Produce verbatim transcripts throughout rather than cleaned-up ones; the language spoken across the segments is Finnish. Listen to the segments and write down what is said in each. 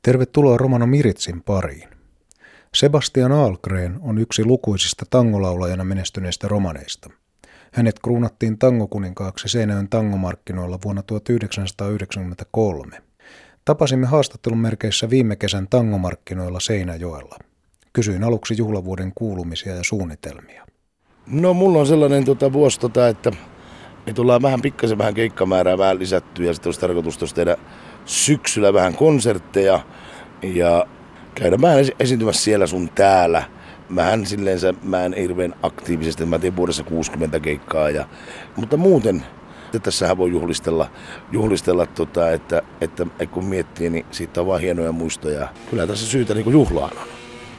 Tervetuloa Romano Miritsin pariin. Sebastian Ahlgren on yksi lukuisista tangolaulajana menestyneistä romaneista. Hänet kruunattiin tangokuninkaaksi Seinäjoen tangomarkkinoilla vuonna tuhatyhdeksänsataayhdeksänkymmentäkolme. Tapasimme haastattelun merkeissä viime kesän tangomarkkinoilla Seinäjoella. Kysyin aluksi juhlavuoden kuulumisia ja suunnitelmia. No mulla on sellainen tota, vuosi, tota, että me tullaan vähän pikkasen vähän keikkamäärää vähän lisättyä ja sitten olisi tarkoitus tuossa tehdä syksyllä vähän konsertteja ja käydä vähän esiintymässä siellä sun täällä. Mähän silleensä, mä en hirveän aktiivisesti, mä teen vuodessa kuusikymmentä keikkaa, ja, mutta muuten tässähän voi juhlistella, juhlistella tota, että, että kun miettii, niin siitä on vaan hienoja muistoja. Kyllä tässä syytä niin kuin juhlaan on.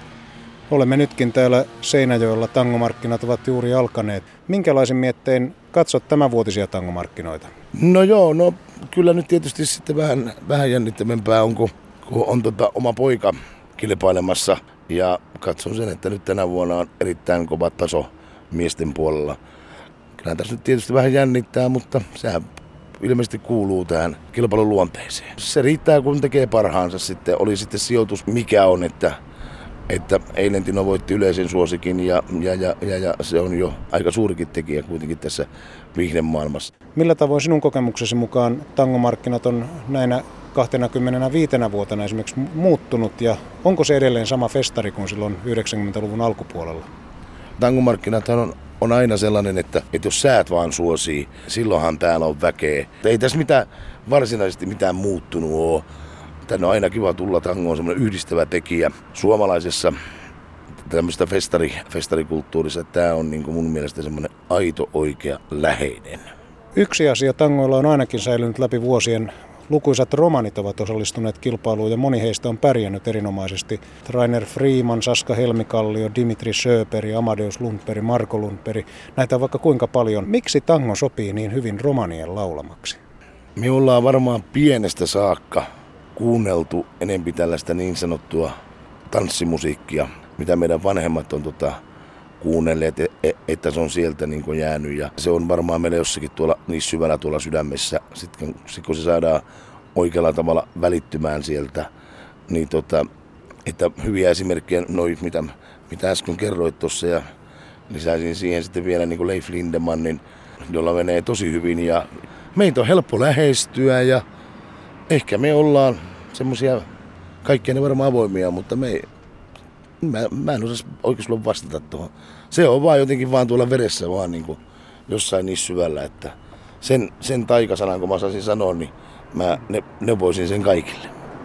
Olemme nytkin täällä Seinäjoella, tangomarkkinat ovat juuri alkaneet. Minkälaisin miettein katsot tämänvuotisia tangomarkkinoita? No joo, no kyllä nyt tietysti sitten vähän, vähän jännittävämpää on, kun, kun on tota oma poika kilpailemassa. Ja katson sen, että nyt tänä vuonna on erittäin kova taso miesten puolella. Kyllä tässä nyt tietysti vähän jännittää, mutta sehän ilmeisesti kuuluu tähän kilpailun luonteeseen. Se riittää, kun tekee parhaansa sitten. Oli sitten sijoitus mikä on, että, että eilen Tino voitti yleisen suosikin ja, ja, ja, ja, ja se on jo aika suurikin tekijä kuitenkin tässä viihdemaailmassa. Millä tavoin sinun kokemuksesi mukaan tangomarkkinat on näinä kaksikymmentäviisi vuotena esimerkiksi muuttunut ja onko se edelleen sama festari kuin silloin yhdeksänkymmentäluvun alkupuolella? Tangomarkkinathan on, on aina sellainen, että, että jos säät vaan suosii, silloinhan täällä on väkeä. Ei tässä mitään, varsinaisesti mitään muuttunut ole. Tänne on aina kiva tulla, tango on semmoinen yhdistävä tekijä suomalaisessa tämmöistä festari, festarikulttuurissa. Tämä on niin kuin mun mielestä semmoinen aito, oikea, läheinen. Yksi asia tangoilla on ainakin säilynyt läpi vuosien. Lukuisat romanit ovat osallistuneet kilpailuun ja moni heistä on pärjännyt erinomaisesti. Rainer Freeman, Saska Helmikallio, Dimitri Sööperi, Amadeus Lundberg, Marko Lundberg. Näitä on vaikka kuinka paljon. Miksi tango sopii niin hyvin romanien laulamaksi? Me ollaan varmaan pienestä saakka kuunneltu enempi tällaista niin sanottua tanssimusiikkia, mitä meidän vanhemmat on tota, kuunnelleet, että se on sieltä niin kuin jäänyt. Ja se on varmaan meillä jossakin tuolla niin syvällä tuolla sydämessä. Sitten kun se saadaan oikealla tavalla välittymään sieltä, niin tota, että hyviä esimerkkejä, noin mitä, mitä äsken kerroit tuossa, ja lisäisin siihen sitten vielä niin kuin Leif Lindemannin, jolla menee tosi hyvin. Ja meitä on helppo lähestyä ja ehkä me ollaan semmoisia, kaikkia ne varmaan avoimia, mutta me ei, Mä, mä en osaa oikein sulle vastata tuohon. Se on vaan jotenkin vaan tuolla veressä vaan niin kuin jossain niin syvällä, että sen, sen taikasanan kun mä saisin sanoa, niin mä ne, neuvoisin sen kaikille.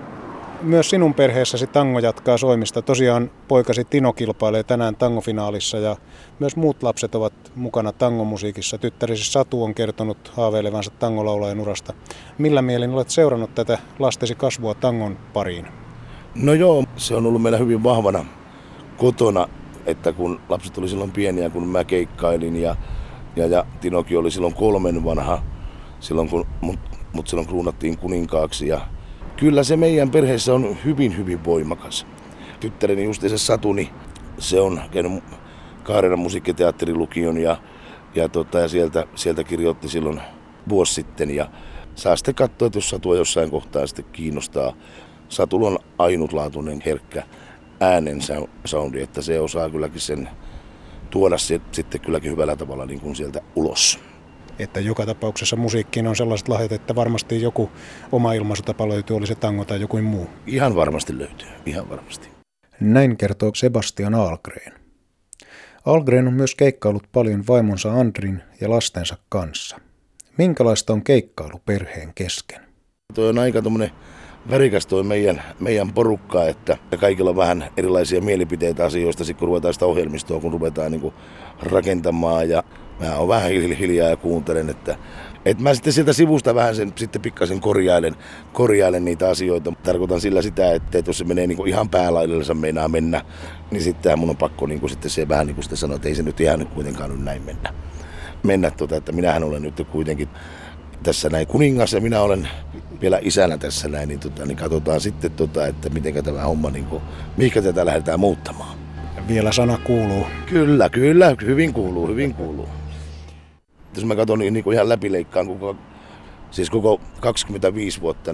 Myös sinun perheessäsi tango jatkaa soimista. Tosiaan poikasi Tino kilpailee tänään tangofinaalissa ja myös muut lapset ovat mukana tangomusiikissa. Tyttärisi Satu on kertonut haaveilevansa tangolaulajan urasta. Millä mielin olet seurannut tätä lastesi kasvua tangon pariin? No joo, se on ollut meillä hyvin vahvana kotona, että kun lapset oli silloin pieniä, kun mä keikkailin ja, ja, ja Tinokin oli silloin kolmen vanha, silloin kun mut, mut silloin kruunattiin kuninkaaksi. Ja kyllä se meidän perheessä on hyvin, hyvin voimakas. Tyttäreni justi se Satu, niin se on käynyt Kaarenan musiikkiteatterilukion ja, ja, tota, ja sieltä, sieltä kirjoitti silloin vuosi sitten. Ja saa sitten katsoa, että jos Satua jossain kohtaa sitten kiinnostaa. Satulla on ainutlaatuinen herkkä äänen soundi, että se osaa kylläkin sen tuoda sitten kylläkin hyvällä tavalla niin kuin sieltä ulos. Että joka tapauksessa musiikkiin on sellaiset lahjat, että varmasti joku oma ilmaisutapa löytyy, oli se tango tai joku muu. Ihan varmasti löytyy, ihan varmasti. Näin kertoo Sebastian Ahlgren. Ahlgren on myös keikkaillut paljon vaimonsa Andrin ja lastensa kanssa. Minkälaista on keikkailu perheen kesken? Tuo on aika tommonen värikäs toi meidän, meidän porukka, että kaikilla on vähän erilaisia mielipiteitä asioista, sit kun ruvetaan sitä ohjelmistoa, kun ruvetaan niin kuin rakentamaan. Ja mä oon vähän hiljaa ja kuuntelen, että, että mä sitten sieltä sivusta vähän sen sitten pikkasen korjailen, korjailen niitä asioita. Tarkoitan sillä sitä, että jos se menee niin kuin ihan päälaillensa meinaa mennä, niin sitten mun on pakko niin kuin sitten se vähän niin kuin sitten sanoa, että ei se nyt ihan nyt kuitenkaan nyt näin mennä. mennä tota, että minähän olen nyt kuitenkin tässä näin kuningas ja minä olen vielä isänä tässä näin, niin, tota, niin katsotaan sitten, tota, että miten tämä homma, niin kuin, mihinkä tätä lähdetään muuttamaan. Vielä sana kuuluu. Kyllä, kyllä, hyvin kuuluu, hyvin kuuluu. Jos mä katson niin, niin kuin ihan läpileikkaan koko, siis koko kaksikymmentäviisi vuotta, niin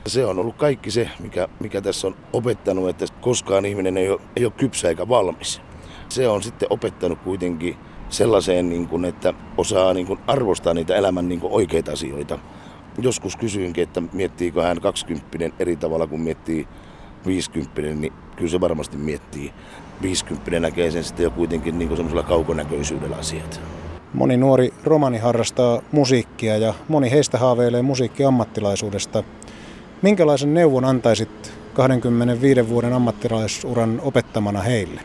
Se on ollut kaikki se, mikä, mikä tässä on opettanut, että koskaan ihminen ei ole, ei ole kypsä eikä valmis. Se on sitten opettanut kuitenkin sellaiseen, niin kuin, että osaa niin kuin arvostaa niitä elämän niin kuin oikeita asioita. Joskus kysyinkin, että miettiikö hän kaksikymppinen eri tavalla kuin miettii viisikymppinen, niin kyllä se varmasti miettii. Viisikymppinen näkee sen sitten jo kuitenkin niin kuin semmoisella kaukonäköisyydellä asiat. Moni nuori romani harrastaa musiikkia ja moni heistä haaveilee musiikkiammattilaisuudesta. Minkälaisen neuvon antaisit kaksikymmentäviisi vuoden ammattilaisuran opettamana heille?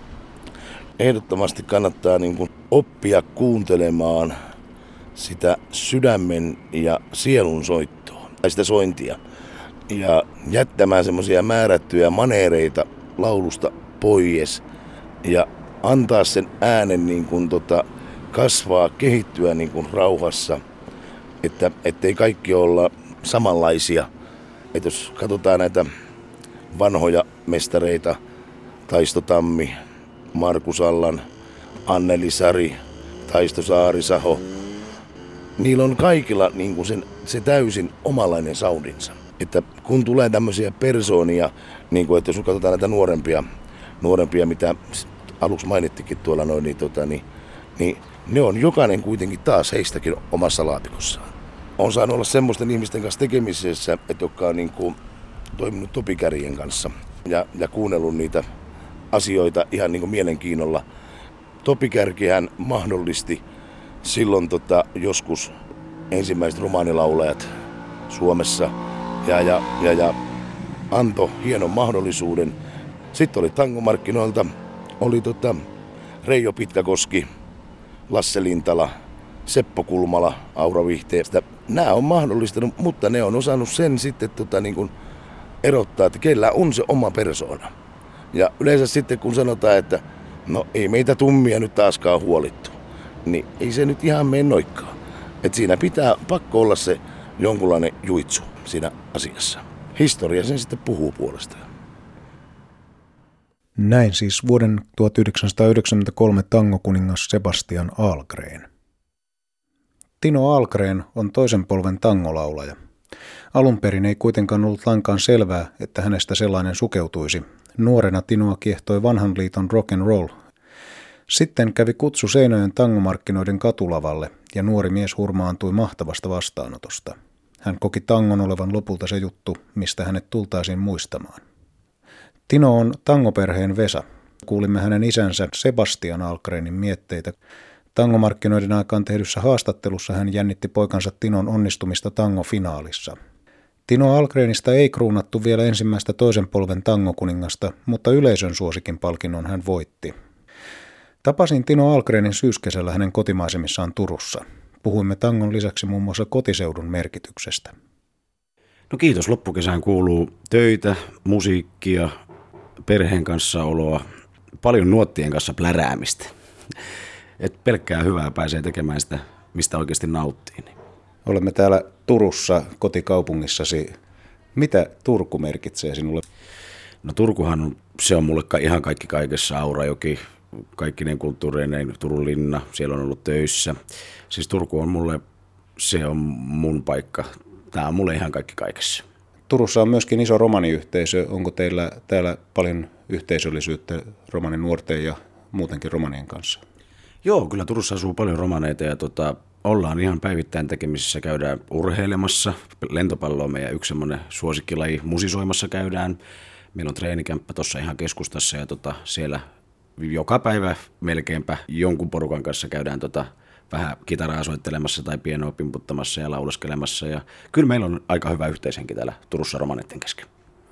Ehdottomasti kannattaa niin kuin oppia kuuntelemaan sitä sydämen ja sielun soittoa, tai sitä sointia. Ja jättämään semmoisia määrättyjä maneereita laulusta pois ja antaa sen äänen niin kuin tota, kasvaa, kehittyä niin kuin rauhassa, että ettei kaikki olla samanlaisia. Et jos katsotaan näitä vanhoja mestareita, Taisto Tammi, Markus Allan, Anneli Sari, Taisto Saarisaho, niillä on kaikilla niin kuin sen, se täysin omalainen soundinsa. Että kun tulee tämmöisiä persoonia, niin kuin, että jos katsotaan näitä nuorempia, nuorempia mitä aluksi mainittikin tuolla noin, niin, tota, niin, niin ne on jokainen kuitenkin taas heistäkin omassa laatikossaan. On saanut olla semmoisten ihmisten kanssa tekemisessä, että jotka on niin kuin toiminut Topi Kärjen kanssa ja, ja kuunnellut niitä asioita ihan niin kuin mielenkiinnolla. Topi Kärkihän mahdollisti silloin tota, joskus ensimmäiset romaanilaulajat Suomessa ja, ja, ja, ja antoi hienon mahdollisuuden. Sitten oli tangomarkkinoilta, oli tota Reijo Pitkäkoski, Lasse Lintala, Seppo Kulmala, Aura Vihteestä. Nämä on mahdollistanut, mutta ne on osannut sen sitten tota, niin kuin erottaa, että kellä on se oma persoona. Ja yleensä sitten kun sanotaan, että no ei meitä tummia nyt taaskaan huolittu, niin ei se nyt ihan mene noikkaan. Että siinä pitää pakko olla se jonkunlainen juitsu siinä asiassa. Historia sen sitten puhuu puolestaan. Näin siis vuoden tuhatyhdeksänsataayhdeksänkymmentäkolme tangokuningas Sebastian Ahlgren. Tino Ahlgren on toisen polven tangolaulaja. Alun perin ei kuitenkaan ollut lainkaan selvää, että hänestä sellainen sukeutuisi. Nuorena Tinoa kiehtoi vanhan liiton rock and roll. Sitten kävi kutsu Seinäjoen tangomarkkinoiden katulavalle ja nuori mies hurmaantui mahtavasta vastaanotosta. Hän koki tangon olevan lopulta se juttu, mistä hänet tultaisiin muistamaan. Tino on tangoperheen Vesa. Kuulimme hänen isänsä Sebastian Ahlgrenin mietteitä. Tangomarkkinoiden aikaan tehdyssä haastattelussa hän jännitti poikansa Tinon onnistumista tangofinaalissa. Tino Ahlgrenista ei kruunattu vielä ensimmäistä toisen polven tangokuningasta, mutta yleisön suosikin palkinnon hän voitti. Tapasin Tino Ahlgrenin syyskesällä hänen kotimaisemissaan Turussa. Puhuimme tangon lisäksi muun muassa kotiseudun merkityksestä. No kiitos. Loppukesään kuuluu töitä, musiikkia, perheen kanssa oloa, paljon nuottien kanssa pläräämistä. Et pelkkää hyvää pääsee tekemään sitä, mistä oikeasti nauttii. Niin. Olemme täällä Turussa, kotikaupungissasi. Mitä Turku merkitsee sinulle? No Turkuhan se on mulle ihan kaikki kaikessa. Aurajoki, kaikkinen kulttuureineen, Turun linna, siellä on ollut töissä. Siis Turku on mulle, se on mun paikka. Tämä on mulle ihan kaikki kaikessa. Turussa on myöskin iso romaniyhteisö. Onko teillä täällä paljon yhteisöllisyyttä romanin nuorten ja muutenkin romanien kanssa? Joo, kyllä Turussa asuu paljon romaneita ja tota, ollaan ihan päivittäin tekemisissä. Käydään urheilemassa. Lentopallo on meidän yksi semmoinen suosikkilaji. Musisoimassa käydään. Meillä on treenikämppä tuossa ihan keskustassa ja tota, siellä joka päivä melkeinpä jonkun porukan kanssa käydään tota, vähän kitaraa soittelemassa tai pienoa pimputtamassa ja lauleskelemassa. Ja kyllä meillä on aika hyvä yhteishenki täällä Turussa romaneiden kesken.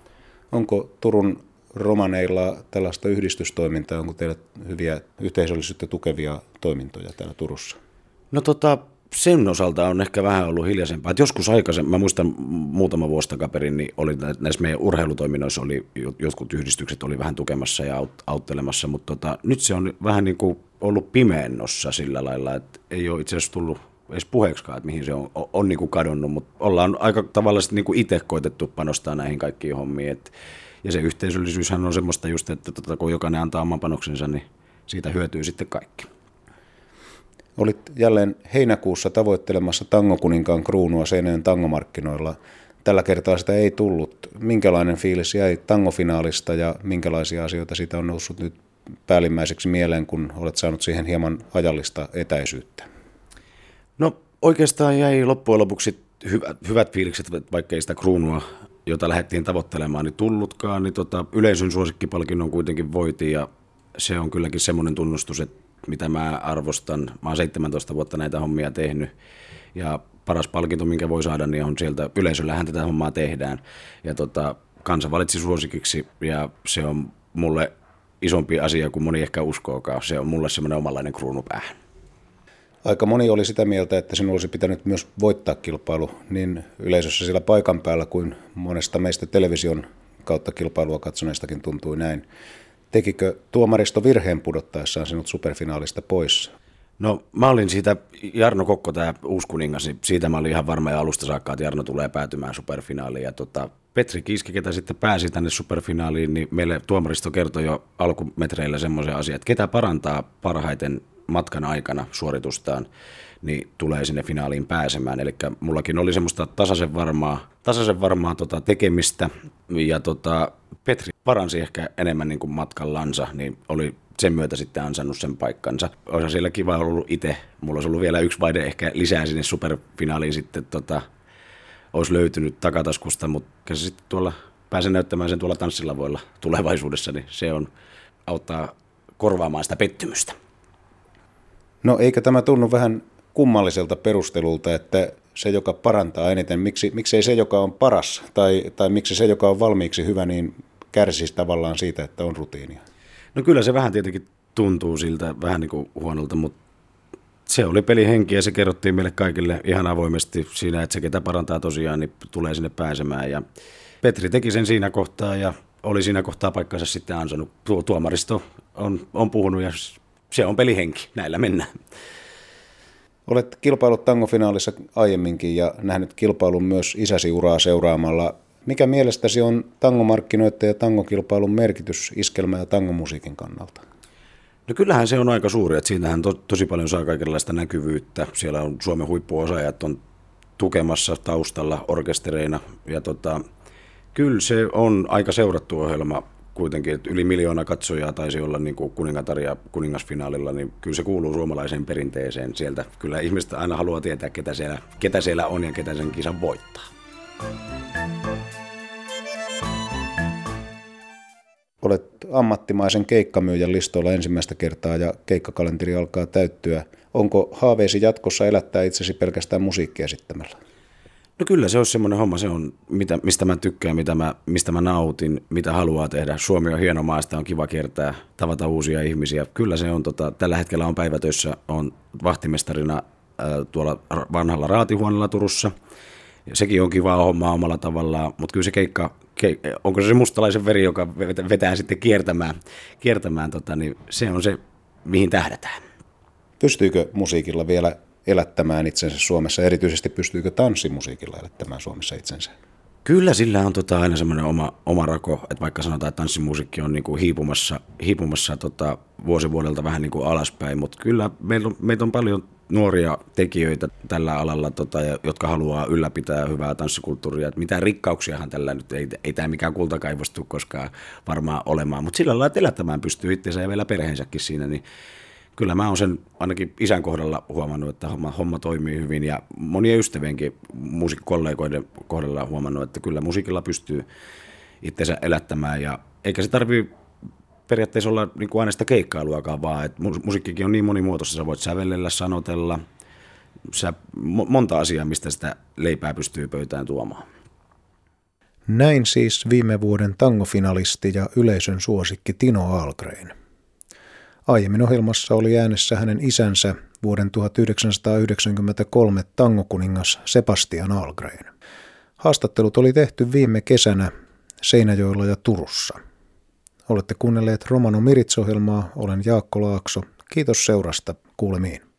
Onko Turun romaneilla tällaista yhdistystoimintaa? Onko teillä hyviä yhteisöllisyyttä tukevia toimintoja täällä Turussa? No tota, sen osalta on ehkä vähän ollut hiljaisempaa. Et joskus aikaisemmin, mä muistan muutama vuosi takaperin, niin oli näissä meidän urheilutoiminnoissa oli, jotkut yhdistykset oli vähän tukemassa ja auttelemassa, mutta tota, nyt se on vähän niin kuin ollut pimeännossa sillä lailla, että ei ole itse asiassa tullut edes puheeksikaan, että mihin se on, on, on niin kuin kadonnut, mutta ollaan aika tavallaan niin kuin itse koitettu panostaa näihin kaikkiin hommiin. Et, ja se yhteisöllisyyshän on semmoista just, että tota, kun jokainen antaa oman panoksensa, niin siitä hyötyy sitten kaikki. Olit jälleen heinäkuussa tavoittelemassa tangokuninkaan kruunua Seinäjoen tangomarkkinoilla. tällä kertaa sitä ei tullut. Minkälainen fiilis jäi tangofinaalista ja minkälaisia asioita siitä on noussut nyt päällimmäiseksi mieleen, kun olet saanut siihen hieman ajallista etäisyyttä? No oikeastaan jäi loppujen lopuksi hyvät, hyvät fiilikset, vaikka ei sitä kruunua, jota lähdettiin tavoittelemaan, niin tullutkaan. Niin tota, yleisön suosikkipalkinnon kuitenkin voitiin ja se on kylläkin semmoinen tunnustus, että mitä mä arvostan. Mä oon seitsemäntoista vuotta näitä hommia tehnyt ja paras palkinto, minkä voi saada, niin on sieltä yleisöllähän tätä hommaa tehdään. Ja tota, kansa valitsi suosikiksi ja se on mulle isompi asia kuin moni ehkä uskookaan. Se on mulle semmoinen omanlainen kruunu päähän. Aika moni oli sitä mieltä, että sinun olisi pitänyt myös voittaa kilpailu niin yleisössä siellä paikan päällä kuin monesta meistä television kautta kilpailua katsoneistakin tuntui näin. Tekikö tuomaristo virheen pudottaessaan sinut superfinaalista pois? No mä olin siitä, Jarno Kokko, tämä uusi kuningas, niin siitä mä olin ihan varma ja alusta saakka, että Jarno tulee päätymään superfinaaliin. Ja tota, Petri Kiiski, ketä sitten pääsi tänne superfinaaliin, niin meille tuomaristo kertoi jo alkumetreillä semmoisen asian, että ketä parantaa parhaiten matkan aikana suoritustaan, niin tulee sinne finaaliin pääsemään. Eli mullakin oli semmoista tasaisen varmaa, tasaisen varmaa tota tekemistä, ja tota, Petri paransi ehkä enemmän niin kuin matkallansa, niin oli sen myötä sitten ansainnut sen paikkansa. Olisi siellä kiva ollut itse, mulla olisi ollut vielä yksi vaide ehkä lisää sinne superfinaaliin sitten, tota, olisi löytynyt takataskusta, mutta se sitten tuolla pääsen näyttämään sen tuolla tanssilavoilla tulevaisuudessa, niin se on auttaa korvaamaan sitä pettymystä. No eikö tämä tunnu vähän kummalliselta perustelulta, että se, joka parantaa eniten, miksi, miksei se, joka on paras, tai, tai miksi se, joka on valmiiksi hyvä, niin kärsisi tavallaan siitä, että on rutiinia? No kyllä se vähän tietenkin tuntuu siltä, vähän niin kuin huonolta, mutta se oli pelihenki ja se kerrottiin meille kaikille ihan avoimesti siinä, että se, ketä parantaa tosiaan, niin tulee sinne pääsemään. Ja Petri teki sen siinä kohtaa ja oli siinä kohtaa paikkansa sitten ansainnut. Tuo tuomaristo on, on puhunut ja se on pelihenki, näillä mennään. Olet kilpailut tangofinaalissa aiemminkin ja nähnyt kilpailun myös isäsi uraa seuraamalla. Mikä mielestäsi on tangomarkkinoiden ja tangokilpailun merkitys iskelmä- ja tangomusiikin kannalta? No kyllähän se on aika suuri, että siinähän to, tosi paljon saa kaikenlaista näkyvyyttä. Siellä on Suomen huippuosaajat on tukemassa taustalla orkestereina ja tota, kyllä se on aika seurattu ohjelma kuitenkin, että yli miljoona katsojaa taisi olla niin kuin kuningatar ja kuningasfinaalilla, niin kyllä se kuuluu suomalaiseen perinteeseen sieltä. Kyllä ihmiset aina haluaa tietää, ketä siellä, ketä siellä on ja ketä sen kisan voittaa. Olet ammattimaisen keikkamyyjän listoilla ensimmäistä kertaa ja keikkakalenteri alkaa täyttyä. Onko haaveesi jatkossa elättää itsesi pelkästään musiikkia esittämällä? No kyllä se on semmoinen homma, se on mitä, mistä mä tykkään, mitä mä, mistä mä nautin, mitä haluaa tehdä. Suomi on hieno maa, sitä on kiva kiertää, tavata uusia ihmisiä. Kyllä se on, tota, tällä hetkellä on päivätöissä, on vahtimestarina ää, tuolla vanhalla raatihuoneella Turussa. Ja sekin on kivaa hommaa omalla tavallaan, mutta kyllä se keikka, keikka, onko se se mustalaisen veri, joka vetää sitten kiertämään, kiertämään tota, niin se on se, mihin tähdätään. Pystyykö musiikilla vielä elättämään itsensä Suomessa? Erityisesti pystyykö tanssimusiikilla elättämään Suomessa itsensä? Kyllä sillä on tota aina semmoinen oma, oma rako, että vaikka sanotaan, että tanssimusiikki on niinku hiipumassa, hiipumassa tota vuosi vuodelta vähän niinku alaspäin, mutta kyllä meillä on, meitä on paljon nuoria tekijöitä tällä alalla, tota, jotka haluaa ylläpitää hyvää tanssikulttuuria. Et mitään rikkauksiahan tällä nyt ei, ei tämä mikään kultakaivos tule koskaan varmaan olemaan, mutta sillä lailla, että elättämään pystyy itsensä ja vielä perheensäkin siinä, niin kyllä mä oon sen ainakin isän kohdalla huomannut, että homma, homma toimii hyvin ja monien ystävienkin musiikkikollegoiden kohdalla huomannut, että kyllä musiikilla pystyy itsensä elättämään ja eikä se tarvitse periaatteessa olla niin kuin aina sitä keikkailuakaan, vaan että musiikkikin on niin monimuotoista, sä voit sävellellä, sanotella, sä, monta asiaa, mistä sitä leipää pystyy pöytään tuomaan. Näin siis viime vuoden tangofinalisti ja yleisön suosikki Tino Ahlgren. Aiemmin ohjelmassa oli äänessä hänen isänsä vuoden tuhatyhdeksänsataayhdeksänkymmentäkolme tangokuningas Sebastian Ahlgren. Haastattelut oli tehty viime kesänä Seinäjoella ja Turussa. Olette kuunnelleet Romano Mirits-ohjelmaa, olen Jaakko Laakso. Kiitos seurasta, kuulemiin.